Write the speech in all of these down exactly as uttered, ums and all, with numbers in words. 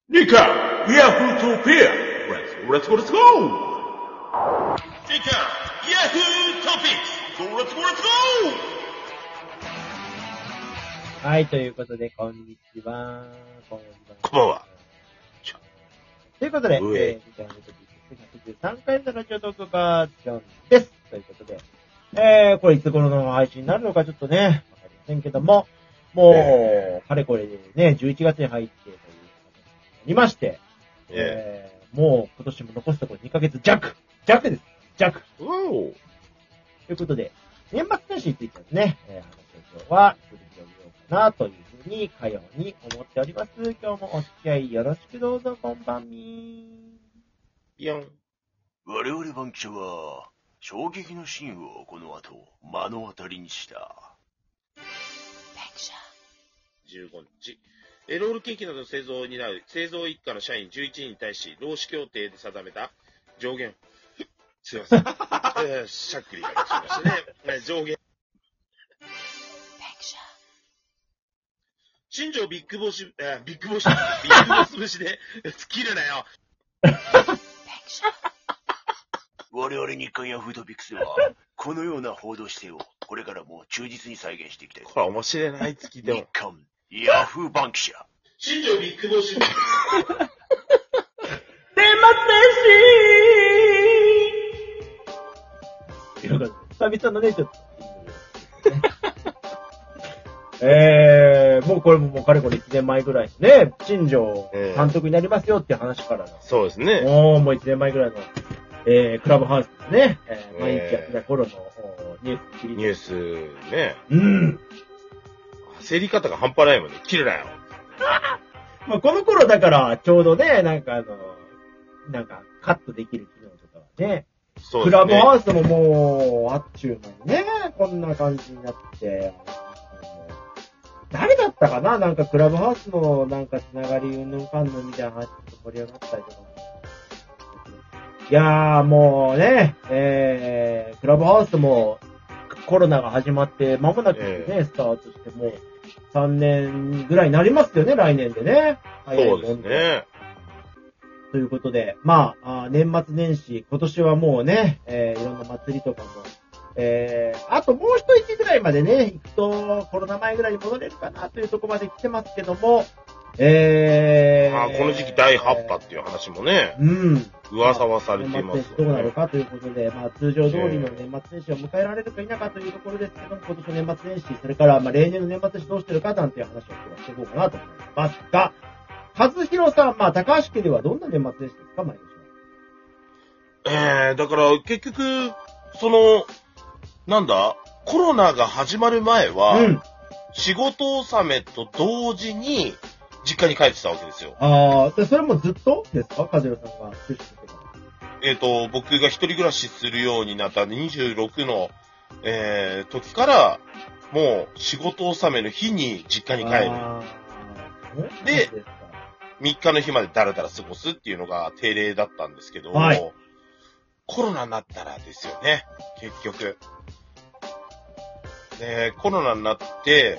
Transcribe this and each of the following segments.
Nika, Yahoo Topia. Let's, let's go, let's go. Nika, Yahoo Topics. So let's go, let's go. はい、ということで、こんにちは。こんばんは。 こんばんは。 ということで、えうえー、次回のトピックスひゃくじゅうさんかいのラジオトークバージョンです。ということで、えー、これいつ頃の配信になるのかちょっとね、わかりませんけども、もう、 えかれこれでね、じゅういちがつに入ってという形になりまして、 ええー、もう今年も残すところにかげつ弱弱です弱ー、おー。 ということで、年末年始についてですね、えー、話を今日は続けてみようかなというふうに、かように思っております。今日もお付き合いよろしくどうぞ、こんばんみピヨン。 我々番記者は、衝撃のシーンをこの後、目の当たりにした。 じゅうごにち。えロールケーキなどの製造を担う製造一課の社員じゅういちにんに対し、労使協定で定めた上限。すいません。えー、しゃっくりが出しましたね。え上限。新庄ビッグボス、えー、ビッグボス、ビッグボス節で、切るなよ。 我々日刊ヤフートピックスでは、このような報道姿勢を、これからも忠実に再現していきたい。 これ面白いな、いつ聞いて日も。 刊ヤフー番記者。 新庄ビッグボス。 年末年始よかった。久々のね、ちょっと。えー、もうこれももうかれこれいちねんまえぐらいね、新庄監督になりますよっていう話からの。 そうですね。 もう、もういちねんまえぐらいの、えー、クラブハウスですね、えー、毎日やってた頃のニュース、 ニュースね。 うん。 焦り方が半端ないもんね。切るなよ。 まあこの頃だからちょうどね、なんかあの、なんかカットできる機能とかはね、 そうですね。 クラブハウスももう、あっちゅう間にね、こんな感じになって、誰だったかななんかクラブハウスのなんかつながりうんぬんかんぬんみたいな話ちょっと盛り上がったりとか。いやーもうね、えー、クラブハウスもコロナが始まって間もなくね、 えスタートしてもうさんねんぐらいになりますよね、来年でね。 そうですね。 ということで、まあ、あ年末年始、今年はもうね、えー、いろんな祭りとかも、えー、あともう一息ぐらいまでね、行くとコロナ前ぐらいに戻れるかなというところまで来てますけども、えー、 まあ、この時期だいはち波っていう話もね、 うん。 噂はされていますよね。 年末年始どうなるかということで、まあ通常通りの年末年始を迎えられるか否かというところですけども、今年の年末年始、それからまあ例年の年末年始どうしてるかなんていう話を今日はしていこうかなと思いますが、和弘さん、まあ高橋家ではどんな年末年始ですか、毎ええー、だから結局、その、なんだ、コロナが始まる前は、 年。うん。 仕事納めと同時に実家に帰ってたわけですよ。 ああ、それもずっとですか、和弘さんが出資してから。 えっ、と、僕が一人暮らしするようになったにじゅうろくの、えー、時から、もう仕事納めの日に実家に帰る。 あーでそうすかみっかの日までダラダラ過ごすっていうのが定例だったんですけど、 はいコロナになったらですよね、結局。で、コロナになって、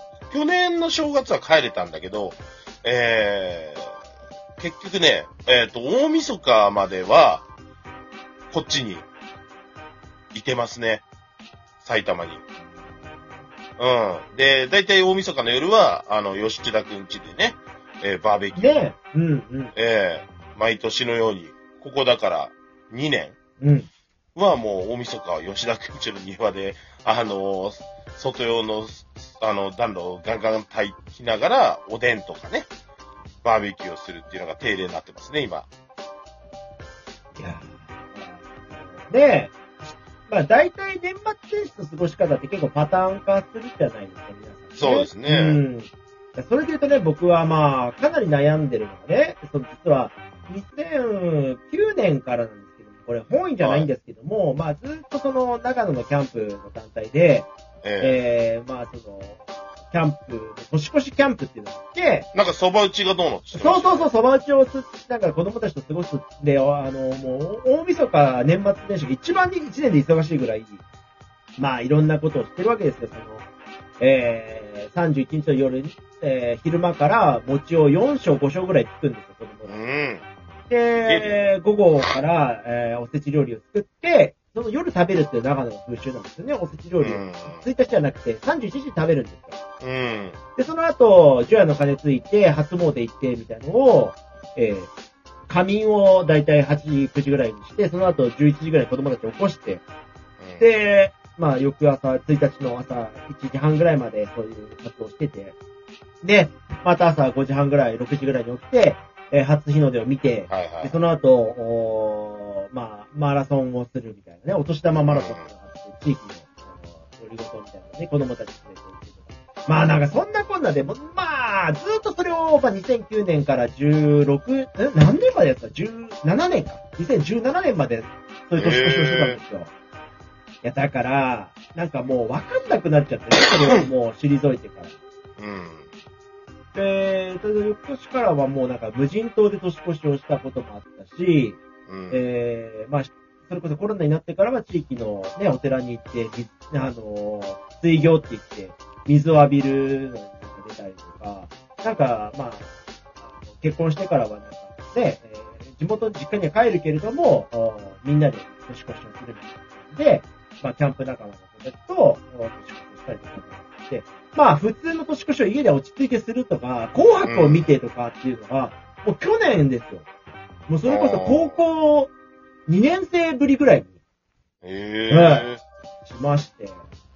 去年の正月は帰れたんだけど、えー、結局ね、えっと、大晦日までは、こっちに、いてますね。埼玉に。うん。で、だいたい大晦日の夜は、あの、吉田くん家でね、えー、バーベキュー。 ねえ。うんうん。 えー、毎年のように、ここだからにねうん。 んはもう大晦日は吉田くん家の庭で、あのー、外用の、あの、暖炉をガンガン炊きながら、おでんとかね、バーベキューをするっていうのが定例になってますね、今。 いやーで、まあ大体年末年始の過ごし方って結構パターン化するじゃないですか、皆さん、ね。 そうですね。 うん。それで言うとね、僕はまあ、かなり悩んでるのがね、その実は、にせんきゅうねんからなんですけども、これ本意じゃないんですけども、はい、まあずっとその長野のキャンプの団体で、えー、えー、まあその、キャンプ、年越しキャンプっていうのがあって、 なんか蕎麦打ちがどうのってそうそうそう、蕎麦打ちをしながら子供たちと過ごすで、あの、もう、大晦日、年末年始が一番一年で忙しいぐらい、まあいろんなことをしてるわけですよ、その、 えー、さんじゅういちにちの夜に、えー、昼間から餅をよん升ご升ぐらい作るんですよ、子供が。 うん。 で、午後から、えー、おせち料理を作って、その夜食べるっていう長野の風習なんですよね、おせち料理を。 うん。 ついたちじゃなくて、さんじゅういちにちに食べるんですよ。 うん。 で、その後、除夜の鐘ついて、初詣行って、みたいなのを、えー、仮眠をだいたいはちじ、くじぐらいにして、その後じゅういちじぐらいに子供たちを起こして、で、まあ、翌朝、ついたちの朝いちじはんぐらいまでそういう活動をしてて、で、また朝ごじはんぐらい、ろくじぐらいに起きて、えー、初日の出を見て、 はいはい、 でその後、おまあ、マラソンをするみたいなね、お年玉マラソンっていうのがあって、地域の、あの、りごとみたいなね、子供たち連れて行ってとか。まあなんかそんなこんなで、まあ、ずっとそれを、まあにせんきゅうねんからじゅうろく、ん何年までやった ?じゅうななねんか。にせんじゅうななねんまで、そういう年越しをしてたんですよ。いや、だから、なんかもうわかんなくなっちゃってね、それをもう退いてから。 うん。 で、それで翌年からはもうなんか無人島で年越しをしたこともあったし、うん、えー、まあ、それこそコロナになってからは地域のね、お寺に行って、あの、水行って言って、水を浴びるのに出たりとか、なんか、まあ、結婚してからはなんかね、えー、地元、実家には帰るけれども、みんなで年越しをするみたいな感じで、まあ、キャンプ仲間の子たちと年越しをしたりとかして、まあ、普通の年越しを家で落ち着いてするとか、紅白を見てとかっていうのが、もう去年ですよ。もうそれこそ高校にねん生ぶりぐらいに、 へぇー。 しまして、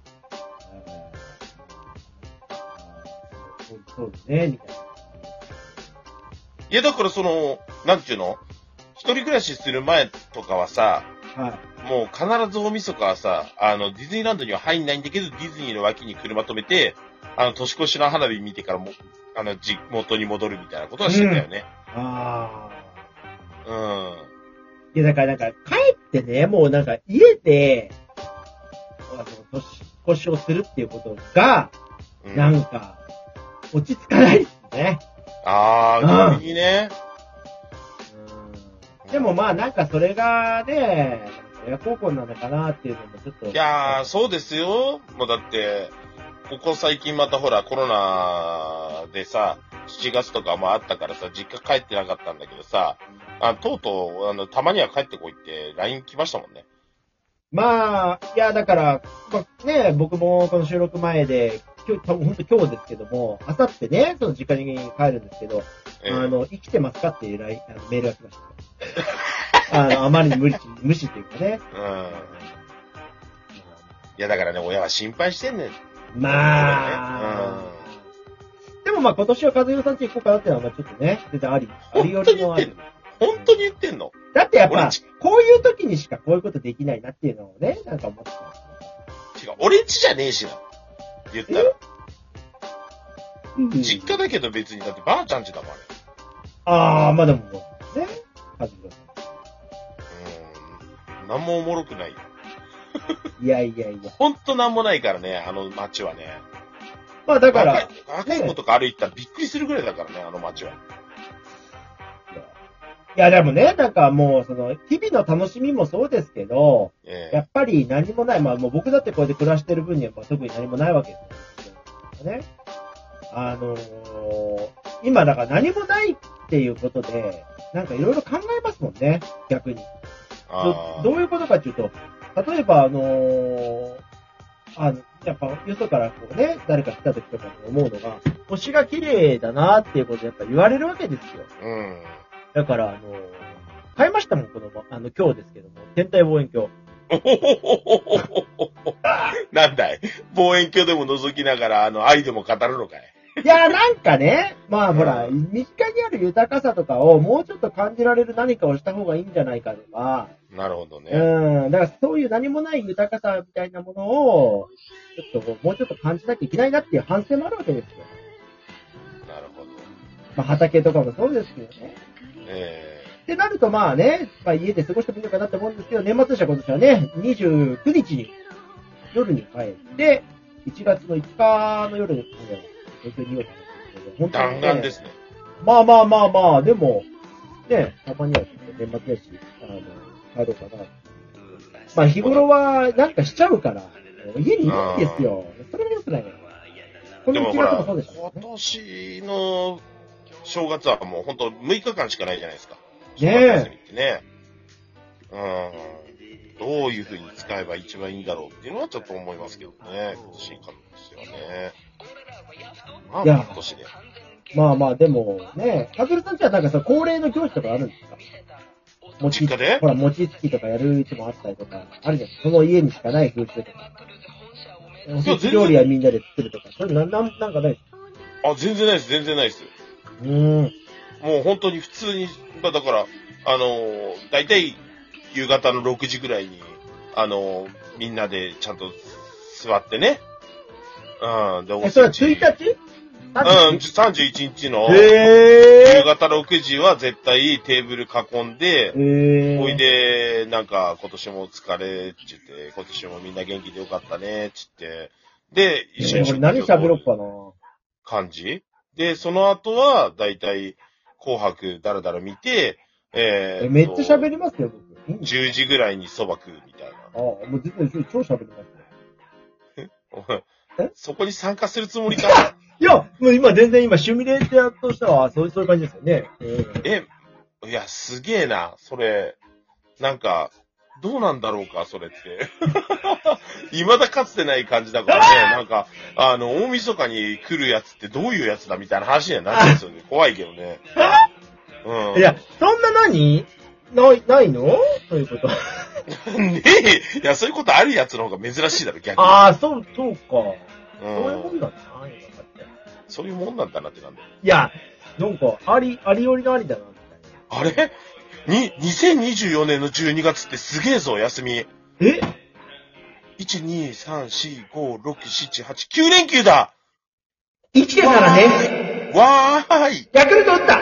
そうですね、みたいな。 いや、だからその、なんていうの？一人暮らしする前とかはさ、 はい。 もう必ず大晦日はさ、あの、ディズニーランドには入んないんだけど、ディズニーの脇に車止めて、あの、年越しの花火見てからも、あの、地元に戻るみたいなことはしてたよね。 うん、ああ。うん。 いや、だからなんか、帰ってね、もうなんか家で、あの、年越しをするっていうことが、うん、なんか、落ち着かないですね。 ああ、逆にね。 うん。でもまあなんかそれがね、親孝行なのかなっていうのもちょっと。 いやー、そうですよ。もうだって、ここ最近またほらコロナでさ、しちがつとかもあったからさ、実家帰ってなかったんだけどさ、あとうとう、あの、たまには帰ってこいって ライン 来ましたもんね。 まあ、いや、だから、まあ、ね、僕もこの収録前で、今日、多分本当今日ですけども、あさってね、その実家に帰るんですけど、えー、あの、生きてますかっていうライン、あのメールが来ました。あの、あまりに無視、無視っていうかね。うん。いや、だからね、親は心配してんねん。 まあ、うん、でもまあ今年は和代さんち行こうかなっていうのはちょっとね、全然あり、ありよりのあり。 本当に言ってんの？ だってやっぱ、こういう時にしかこういうことできないなっていうのをね、なんか思ってた。違う、俺んちじゃねえしな。言ったら。うん、実家だけど別に、だってばあちゃんちだもんね。 ああ、まあでも、ね、和代さん。 うん、なんもおもろくないよ。 いやいやいや。 ほんとなんもないからね、あの街はね。 まあだから。 若い、若い子とか歩いたらびっくりするぐらいだからね、あの街は。 いやでもね、なんかもう、その、日々の楽しみもそうですけど、えー、やっぱり何もない。まあもう僕だってこうやって暮らしてる分には、まあ、特に何もないわけですよね。あのー、今だから何もないっていうことで、なんかいろいろ考えますもんね、逆に。ど, どういうことかっていうと、例えばあのー、あの、やっぱ、よそからこうね、誰か来た時とかに思うのが、星が綺麗だなっていうことをやっぱ言われるわけですよ。うん。だから、あのー、買いましたもん、この、あの、今日ですけども、天体望遠鏡。 なんだい望遠鏡でも覗きながら、あの、愛でも語るのかいいや、なんかね、まあほら、身近にある豊かさとかをもうちょっと感じられる何かをした方がいいんじゃないかとか。 なるほどね。 うん。だからそういう何もない豊かさみたいなものを、ちょっともうちょっと感じなきゃいけないなっていう反省もあるわけですよ。 なるほど。 まあ畑とかもそうですけどね。 ええー。ってなるとまあね、まあ家で過ごしてもいいのかなって思うんですけど、年末年始は今年はね、にじゅうくにちに夜に帰って、いちがつのいつかの夜に、東京にいようかなって本当に、ね。弾丸ですね。 まあまあまあまあ、でも、ね、たまにはちょっと年末年始、あの、帰ろうかな。まあ日頃はなんかしちゃうから、家にいるんですよ。それが良くないね。 この1 でもほら、 月もそうでした今ね。 年の正月はもうほんとむいかかんしかないじゃないですか。 ねえ正月休みってね。うん。どういう風に使えば一番いいんだろうっていうのはちょっと思いますけどね。今年に関してはね。まあ、 いや今年で。 まあまあ、でもね、かずるさんちはなんかさ、恒例の行事とかあるんですか？餅実家でほら、餅つきとかやるうちもあったりとか、あるじゃん。その家にしかない風習とか。おせち料理はみんなで作るとか。それな、なん、なんかないですか？ あ、全然ないです、全然ないです。 うーん。 もう本当に普通に、まあだから、あのー、だいたい夕方のろくじぐらいに、あのー、みんなでちゃんと座ってね。うん。で、おえ、それはせちついたち？ うん、さんじゅういちにちのへ夕方ろくじは絶対テーブル囲んで、 へおいで、なんか今年も疲れっちって、今年もみんな元気でよかったねっちって、で、一緒に俺何喋ろうかな。 感じで、その後は、だいたい紅白だらだら見て、えー、 え、めっちゃ喋りますよ、僕。 じゅうじぐらいに蕎麦食うみたいな。 ああ、もう全然超喋りますね。 お前えそこに参加するつもりかいや、もう今全然今、シミュレーターとしては、そういう、そういう感じですよね。うんえ、いや、すげえな、それ。なんか、どうなんだろうか、それって。未だかつてない感じだからね、なんか、あの、大晦日に来るやつってどういうやつだみたいな話にはなっちゃうんですよね。怖いけどね。うん。 いや、そんな何ない、ないのそういうこと。 ねえ、いや、そういうことあるやつの方が珍しいだろ、逆に。 ああ、そう、そうか。 うそういうもんん。 だな、今って。 そういうもんなんだなってなんだよ。 いや、なんか、あり、ありよりのありだな、みたいな。 あれに、にせんにじゅうよねんのじゅうにがつってすげえぞ、休み。 えいち、に、さん、よん、ご、ろく、しち、はち、きゅう連休だ生きてたらね、 わーいヤクルト打った